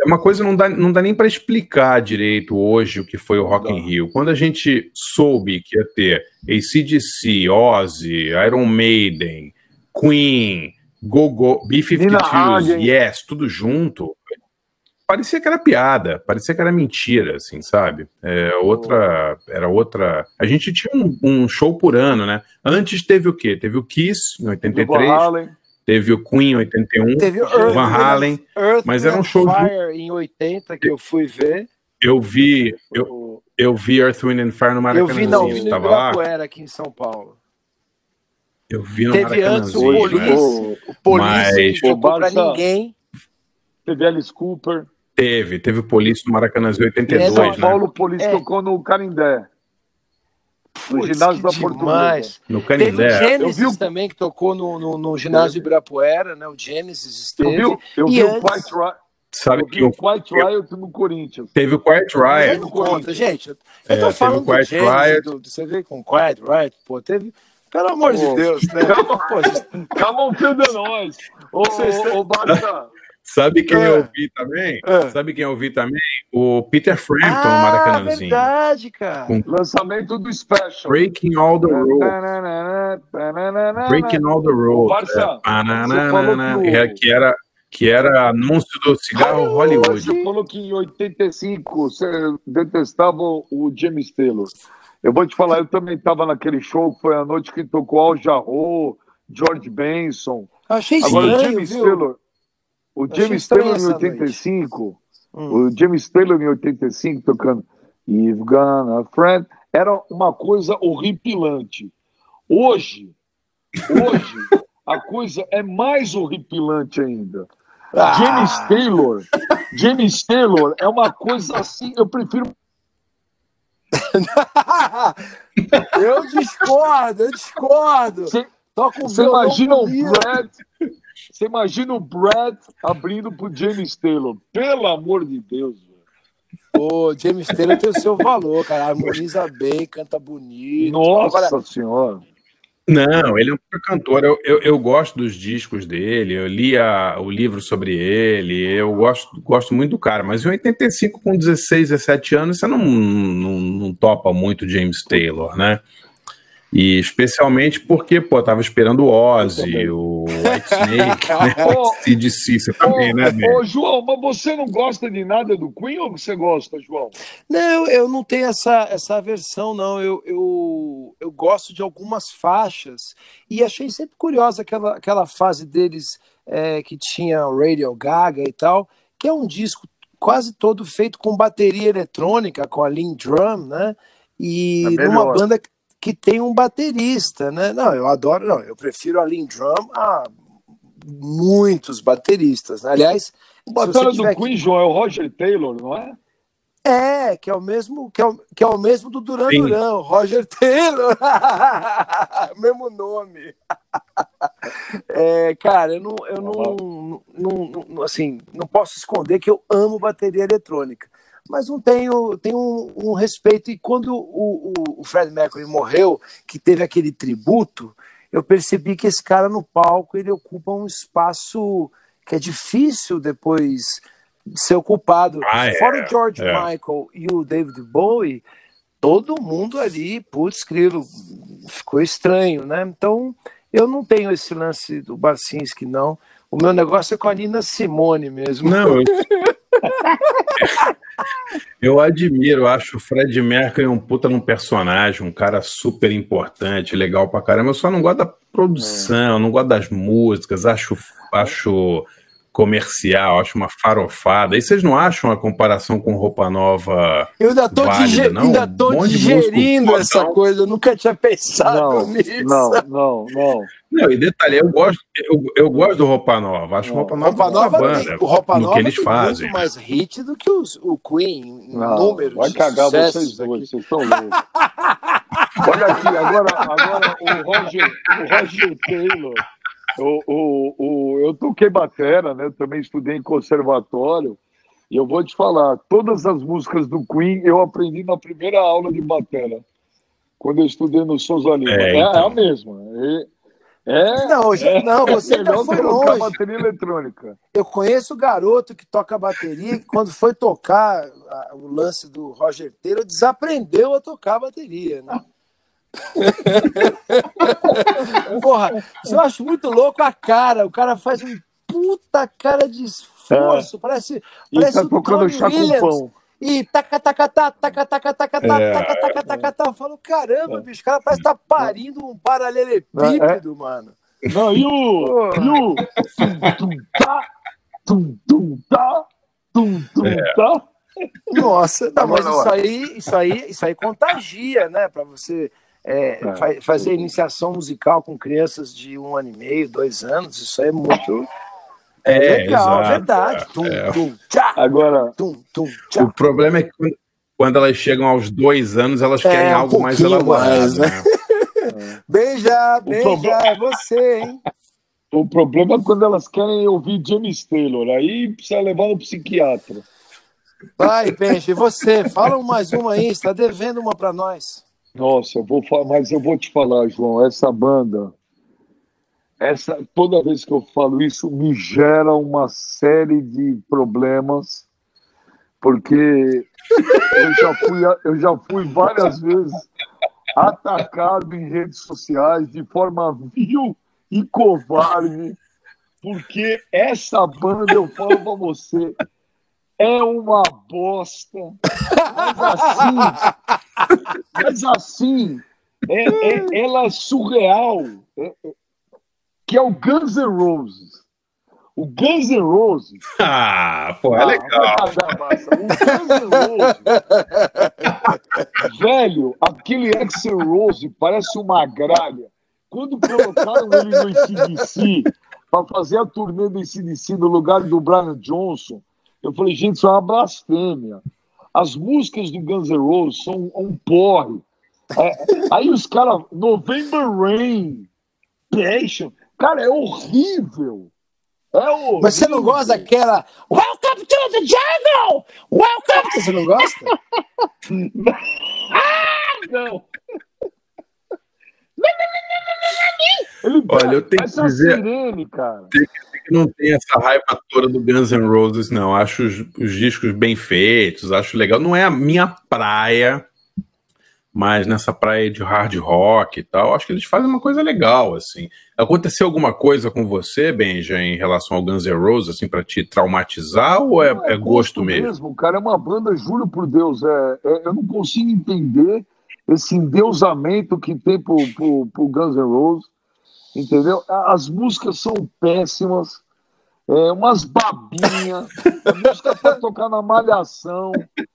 uma coisa não dá nem para explicar direito hoje o que foi o Rock in Rio. Quando a gente soube que ia ter AC/DC, Ozzy, Iron Maiden, Queen, B-52s, Yes, tudo junto, parecia que era piada, parecia que era mentira, assim, sabe? Era outra. A gente tinha um show por ano, né? Antes teve o quê? Teve o Kiss, em 83. Teve o Queen em 81, teve o Van Halen, mas era um show Fire em 80 que eu fui ver. Eu vi Earth, Wind and Fire no Maracanãzinho. Eu vi no Ibirapuera, aqui em São Paulo. Eu vi no Teve Maracanãzinho. O Police não tocou pra ninguém. Teve Alice Cooper. Teve o Police no Maracanãzinho 82, São Paulo, o Police tocou no Canindé. No ginásio da Portuguesa. No Canindé. Teve o Genesis também, que tocou no ginásio de Ibirapuera, né? O Genesis esteve. Eu vi o Quiet Riot. Sabe que o Quiet Riot no Corinthians. Teve o Quiet Riot. Não conta, gente. Eu tô falando do Genesis, você vê com o Quiet Riot, pô, teve... Pelo amor de Deus, né? Calma um fio de nós. Ô, Barça. Sabe quem eu vi também? Sabe quem eu vi também? O Peter Frampton no Maracanãzinho. Verdade, cara. Com lançamento do Special. Breaking All the Rules. Breaking All the Rules. Barça, que era anúncio do cigarro Hollywood. Você falou que em 85 você detestava o James Taylor. Eu vou te falar, eu também estava naquele show, foi a noite que tocou Al Jarreau, George Benson. Achei estranho, agora, o James Taylor, o James Taylor em 85 tocando You've Got a Friend, era uma coisa horripilante. Hoje a coisa é mais horripilante ainda. James Taylor é uma coisa assim, eu prefiro. Eu discordo. Você imagina o Brad abrindo pro James Taylor. Pelo amor de Deus. O James Taylor tem o seu valor, cara. Harmoniza bem, canta bonito. Nossa Senhora. Não, ele é um cantor. Eu gosto dos discos dele, eu li o livro sobre ele, eu gosto muito do cara, mas em 85, com 16, 17 anos, você não topa muito James Taylor, né? E especialmente porque, tava esperando o Ozzy, o Whitesnake, né? AC/DC, você também, né, Ben? Ô, João, mas você não gosta de nada do Queen ou você gosta, João? Não, eu não tenho essa versão, não. Eu gosto de algumas faixas e achei sempre curiosa aquela fase deles que tinha Radio Gaga e tal, que é um disco quase todo feito com bateria eletrônica, com a Lean Drum, né? E numa banda que tem um baterista, né? Eu prefiro a Lean Drum a muitos bateristas. Aliás, o baterista do Queen, João, é o Roger Taylor, não é? Que é o mesmo do Duran Duran, o Roger Taylor. Mesmo nome. Cara, eu não assim, não posso esconder que eu amo bateria eletrônica, mas não tenho um respeito. E quando o Fred Mercury morreu, que teve aquele tributo, eu percebi que esse cara no palco ele ocupa um espaço que é difícil depois de ser ocupado. Fora o George Michael e o David Bowie, todo mundo ali, putz, grilo, ficou estranho, né? Então, eu não tenho esse lance do Barcinski, não. O meu negócio é com a Nina Simone mesmo. Não, eu admiro, acho o Fred Mercury um puta num personagem, um cara super importante, legal pra caramba. Eu só não gosto da produção, não gosto das músicas, acho comercial, acho uma farofada. E vocês não acham a comparação com Roupa Nova eu ainda tô válida, não? Ainda tô digerindo essa coisa, eu nunca tinha pensado nisso. Não. Não, e detalhe, eu gosto do Roupa Nova, acho Roupa Nova uma banda, o Roupa Nova que eles tem fazem. Muito mais hit do que o Queen, números vai cagar vocês dois, vocês estão loucos. Olha aqui, agora o Roger Taylor, eu toquei batera, né? Eu também estudei em conservatório, e eu vou te falar, todas as músicas do Queen eu aprendi na primeira aula de batera, quando eu estudei no Sousa Lima. É a mesma. Não, você ainda foi longe. Bateria eletrônica. Eu conheço o garoto que toca bateria, que quando foi tocar o lance do Roger Taylor, desaprendeu a tocar bateria, né? Porra, eu acho muito louco a cara. O cara faz um puta cara de esforço. Parece tá o tocando Tony Williams. pão. E eu falo, caramba, bicho, o cara parece estar parindo um paralelepípedo, mano. Não, e o tum-tum-tá. Nossa, não, mas isso aí contagia, né? Para você fazer iniciação musical com crianças de 1 ano e meio, 2 anos, isso aí é muito legal, exato, verdade. Agora, o problema é que quando elas chegam aos 2 anos, elas querem algo mais elaborado, né? Beija, é você, hein? O problema é quando elas querem ouvir James Taylor, aí precisa levar no psiquiatra. Vai, Benja, e você? Fala mais uma aí, está devendo uma para nós. Nossa, mas eu vou te falar, João, essa banda, toda vez que eu falo isso, me gera uma série de problemas, porque eu já fui várias vezes atacado em redes sociais de forma vil e covarde, porque essa banda, eu falo pra você, é uma bosta, mas assim ela é surreal, que é o Guns N' Roses. O Guns N' Roses. Pô, é legal. O Guns N' Roses. Velho, aquele Axl Rose parece uma gralha. Quando colocaram ele no AC/DC para fazer a turnê do AC/DC no lugar do Brian Johnson, eu falei, gente, isso é uma blasfêmia. As músicas do Guns N' Roses são um porre. Aí os caras, November Rain, Passion, cara, é horrível. Mas você não gosta daquela Welcome to the Jungle! Welcome to... Você não gosta? Não. Olha, eu tenho que dizer sirene, cara. Que não tem essa raiva toda do Guns N' Roses, não. Acho os discos bem feitos, acho legal. Não é a minha praia, mas nessa praia de hard rock e tal, acho que eles fazem uma coisa legal, assim. Aconteceu alguma coisa com você, Benja, em relação ao Guns N' Roses, assim, para te traumatizar, ou é gosto mesmo? Cara, é uma banda, juro por Deus, eu não consigo entender esse endeusamento que tem pro Guns N' Roses, entendeu? As músicas são péssimas, umas babinhas, a música para tocar na malhação.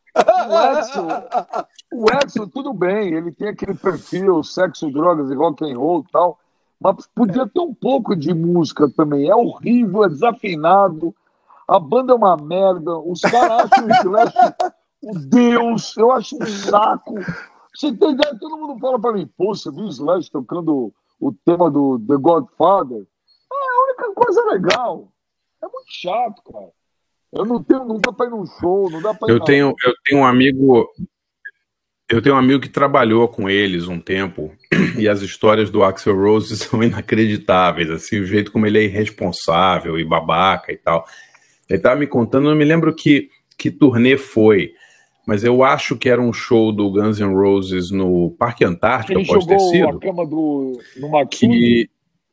O Axl, tudo bem, ele tem aquele perfil, sexo, drogas e rock and roll e tal, mas podia ter um pouco de música também. É horrível, é desafinado, a banda é uma merda, os caras acham o Slash o Deus, eu acho um saco. Você tem ideia, todo mundo fala pra mim, pô, você viu o Slash tocando o tema do The Godfather? É a única coisa legal. É muito chato, cara. Não dá pra ir num show, não dá pra ir Eu tenho um amigo que trabalhou com eles um tempo, e as histórias do Axl Rose são inacreditáveis, assim, o jeito como ele é irresponsável e babaca e tal. Ele estava me contando, não me lembro que turnê foi, mas eu acho que era um show do Guns N' Roses no Parque Antártica, ele pode ter sido. Ele jogou a cama no Maxine?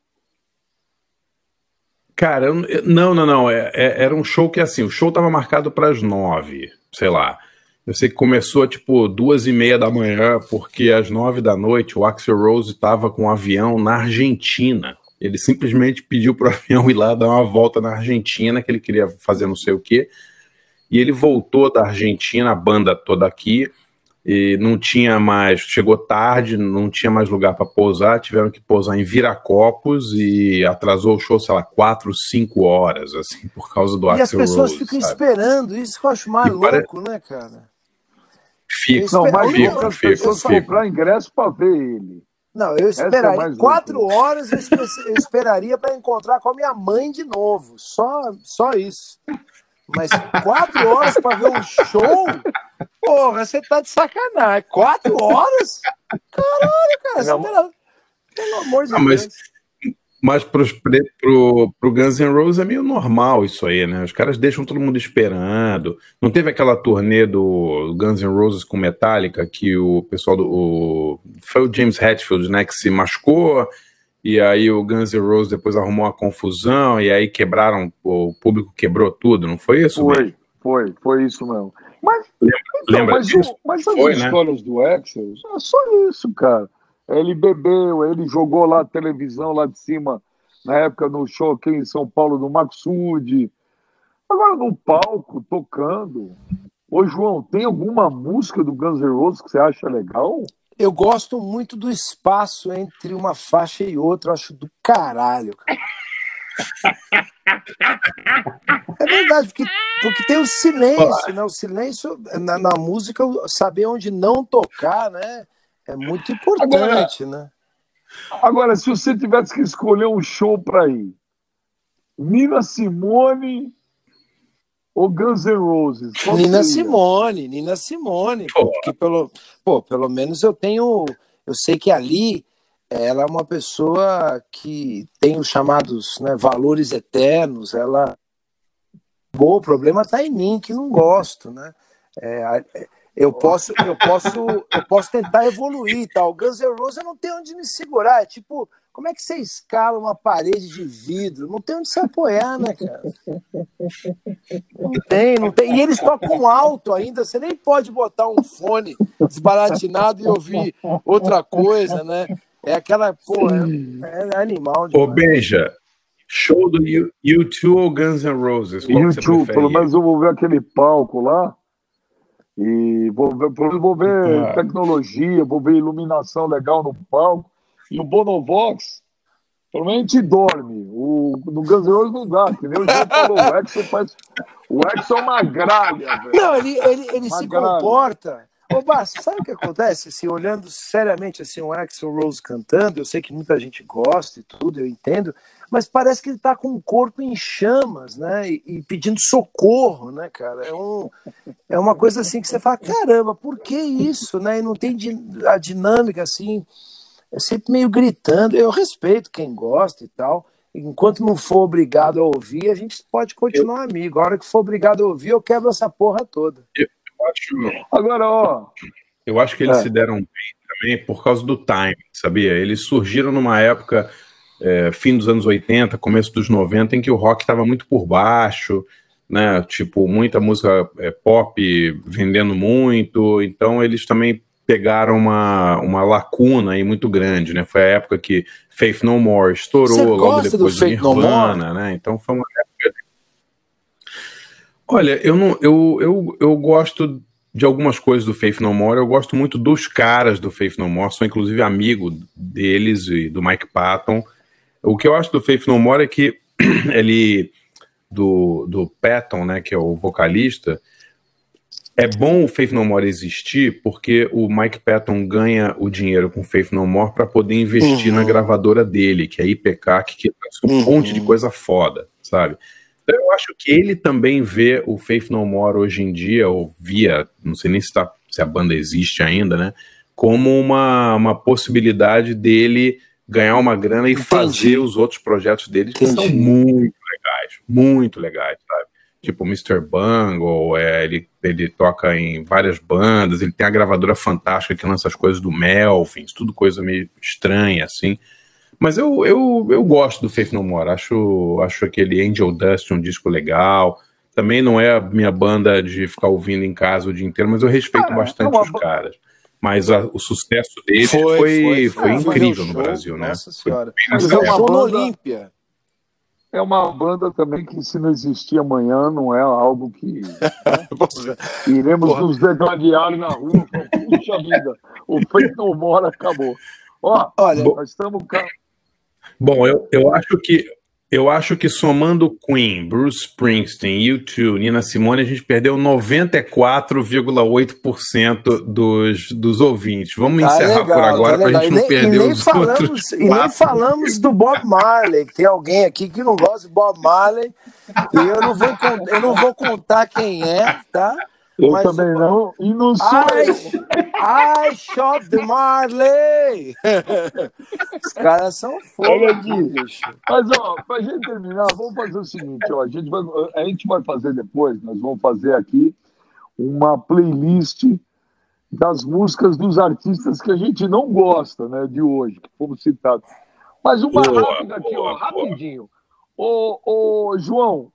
Cara, não. Era um show que, assim, o show tava marcado para as 9, sei lá. Eu sei que começou, tipo, 2:30 da manhã, porque às 9 da noite o Axl Rose tava com um avião na Argentina. Ele simplesmente pediu pro avião ir lá dar uma volta na Argentina, que ele queria fazer não sei o quê. E ele voltou da Argentina, a banda toda aqui, e não tinha mais, chegou tarde, não tinha mais lugar para pousar, tiveram que pousar em Viracopos e atrasou o show, sei lá, 4, 5 horas, assim, por causa do Axl Rose. E as pessoas ficam esperando, isso que eu acho mais louco, né, cara? As pessoas comprar ingresso para ver ele. Não, eu esperaria 4 horas, eu esperaria para encontrar com a minha mãe de novo, só isso. Mas 4 horas para ver um show? Porra, você tá de sacanagem. 4 horas? Caralho, cara. Pelo amor de Deus. Mas pro Guns N' Roses é meio normal isso aí, né? Os caras deixam todo mundo esperando. Não teve aquela turnê do Guns N' Roses com Metallica que o pessoal foi o James Hetfield, né, que se machucou e aí o Guns N' Roses depois arrumou uma confusão e aí quebraram, o público quebrou tudo, não foi isso? Foi isso mesmo. Mas, lembra disso? Mas as histórias, né, do Axl, é só isso, cara. Ele bebeu, ele jogou lá a televisão lá de cima, na época no show aqui em São Paulo, do Maxud. Agora no palco, tocando. Ô, João, tem alguma música do Guns N' Roses que você acha legal? Eu gosto muito do espaço entre uma faixa e outra, eu acho do caralho, cara. É verdade, porque tem o silêncio, né? O silêncio na música, saber onde não tocar, né? É muito importante, né? Agora, se você tivesse que escolher um show para ir, Nina Simone ou Guns N' Roses? Nina Simone, porque pelo menos eu sei que ali ela é uma pessoa que tem os chamados, né, valores eternos. O problema está em mim, que não gosto, né? Eu posso tentar evoluir e tal. Guns N' Roses eu não tenho onde me segurar. É tipo, como é que você escala uma parede de vidro? Não tem onde se apoiar, né, cara? Não tem. E eles tocam alto ainda. Você nem pode botar um fone desbaratinado e ouvir outra coisa, né? É aquela, é animal demais. Ô, Benja, show do U2 ou Guns N' Roses? U2, pelo menos eu vou ver aquele palco lá. E vou ver tecnologia, vou ver iluminação legal no palco. E o Bonovox, pelo menos a gente dorme. No Guns N' Roses não dá, entendeu? O João falou, o Axl é uma gralha, velho. Não, ele se comporta. Ô, Barça, sabe o que acontece? Assim, olhando seriamente assim, o Axl Rose cantando, eu sei que muita gente gosta e tudo, eu entendo, mas parece que ele tá com o corpo em chamas, né? E pedindo socorro, né, cara? É uma coisa assim que você fala, caramba, por que isso, né? E não tem a dinâmica assim, é sempre meio gritando. Eu respeito quem gosta e tal. Enquanto não for obrigado a ouvir, a gente pode continuar amigo. A hora que for obrigado a ouvir, eu quebro essa porra toda. Eu acho que eles se deram bem também por causa do time, sabia? Eles surgiram numa época, fim dos anos 80, começo dos 90, em que o rock estava muito por baixo, né? Tipo, muita música pop vendendo muito, então eles também pegaram uma lacuna aí muito grande, né? Foi a época que Faith No More estourou, logo depois do Nirvana, né? Então foi uma época... Olha, eu gosto de algumas coisas do Faith No More, eu gosto muito dos caras do Faith No More, sou inclusive amigo deles e do Mike Patton. O que eu acho do Faith No More é que ele, do Patton, né, que é o vocalista, é bom o Faith No More existir porque o Mike Patton ganha o dinheiro com o Faith No More para poder investir na gravadora dele, que é a IPK, que faz um monte de coisa foda, sabe? Eu acho que ele também vê o Faith No More hoje em dia, ou via, não sei nem se a banda existe ainda, né? Como uma possibilidade dele ganhar uma grana e fazer os outros projetos dele, que são muito legais, sabe? Tipo o Mr. Bungle, ele toca em várias bandas, ele tem a gravadora fantástica que lança as coisas do Melvins, tudo coisa meio estranha, assim. Mas eu gosto do Faith No More, acho aquele Angel Dust um disco legal. Também não é a minha banda de ficar ouvindo em casa o dia inteiro, mas eu respeito bastante os caras. Mas o sucesso dele foi incrível no Brasil, né? Nossa Senhora. Mas é uma banda Olímpia. É uma banda também que, se não existir amanhã, não é algo que iremos nos degladiar na rua. Puxa vida, o Faith No More acabou. Olha, nós estamos... Bom, eu acho que somando Queen, Bruce Springsteen, U2, Nina Simone, a gente perdeu 94,8% dos ouvintes. Vamos encerrar por agora para a gente não perder os outros. E nem falamos do Bob Marley, que tem alguém aqui que não gosta de Bob Marley, e eu não vou contar quem é, tá? Eu também não. E não sou I shot the Marley. Os caras são fogo. Olha aqui, bicho. Mas, ó, pra gente terminar, vamos fazer o seguinte, ó. A gente vai fazer depois, nós vamos fazer aqui uma playlist das músicas dos artistas que a gente não gosta, né, de hoje, que fomos citados. Mas uma rápida aqui, ó, rapidinho. Ô, João,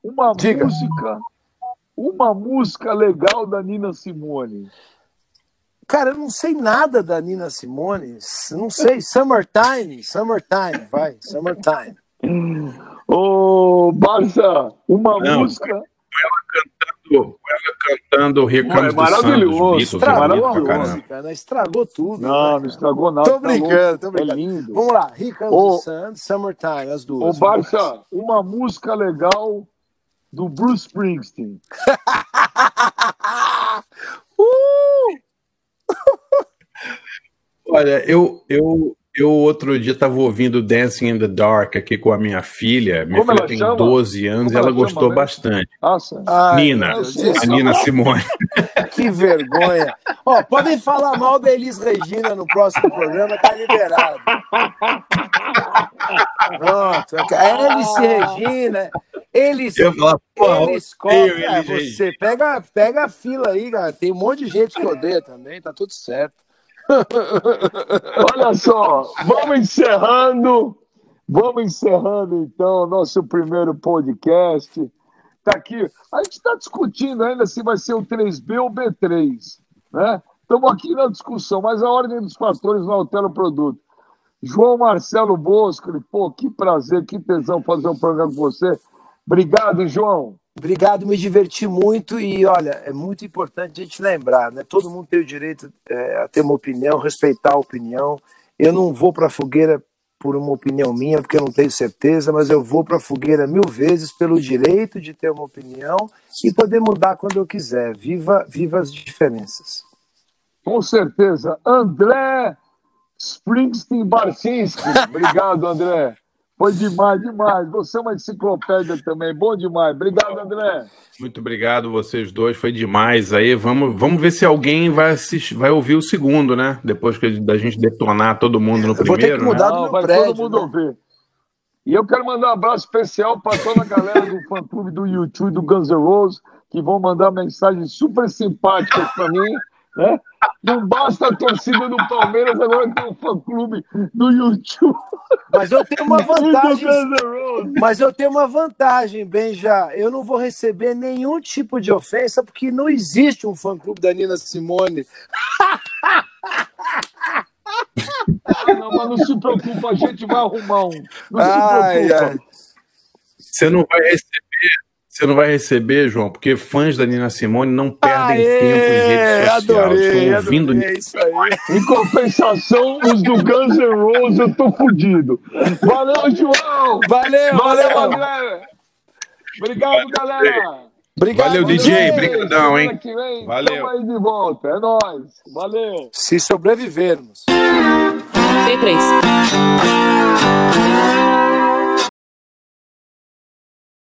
uma música legal da Nina Simone. Cara, eu não sei nada da Nina Simone. Não sei. Summertime, vai. Summertime. Ô, Barça, música... Ela cantando Ricardo dos Santos. Estragou a música, né? Estragou tudo. Não estragou nada. Tô brincando. É lindo. Vamos lá, Ricardo dos Santos, Summertime, as duas. Ô, Barça, uma música legal do Bruce Springsteen. Olha, eu outro dia estava ouvindo Dancing in the Dark aqui com a minha filha. Minha filha tem 12 anos e ela gostou bastante. Nossa. Nina, a Nina Simone. Que vergonha. Ó, podem falar mal da Elis Regina no próximo programa, tá liberado. Pronto. Elis Regina. Eles cobram. Você pega a fila aí, cara. Tem um monte de gente que odeia também, tá tudo certo. Olha só, vamos encerrando então nosso primeiro podcast. Tá aqui, a gente está discutindo ainda se vai ser o 3B ou B3, né? Estamos aqui na discussão, mas a ordem dos fatores não altera o produto. João Marcelo Bosco, pô, que prazer, que tesão fazer um programa com você. Obrigado, João. Obrigado, me diverti muito e, olha, é muito importante a gente lembrar, né? Todo mundo tem o direito a ter uma opinião, respeitar a opinião. Eu não vou para a fogueira por uma opinião minha, porque eu não tenho certeza, mas eu vou para a fogueira 1000 vezes pelo direito de ter uma opinião e poder mudar quando eu quiser. Viva as diferenças. Com certeza. André Springsteen Barcinski. Obrigado, André. Foi demais. Você é uma enciclopédia também. Bom demais. Obrigado, André. Muito obrigado, vocês dois. Foi demais. Aí vamos ver se alguém vai ouvir o segundo, né? Depois da gente detonar todo mundo no primeiro. Vou ter que mudar do meu vai prédio, todo mundo ouvir. E eu quero mandar um abraço especial para toda a galera do fã-clube do YouTube do Guns N' Roses, que vão mandar mensagens super simpáticas para mim, né? Não basta a torcida do Palmeiras, agora tem um fã-clube do YouTube. Mas eu tenho uma vantagem. Benja. Eu não vou receber nenhum tipo de ofensa, porque não existe um fã-clube da Nina Simone. Não, mas não se preocupa, a gente vai arrumar um. Não se preocupa. Você não vai receber, João, porque fãs da Nina Simone não perdem tempo em redes sociais. Adorei ouvindo isso aí. Em compensação, os do Guns N' Roses, eu tô fudido. Valeu, João! Valeu, galera! Obrigado, galera! Obrigado, valeu, DJ. Obrigadão, hein? Valeu. Tamo aí de volta. É nóis. Valeu. Se sobrevivermos. B3.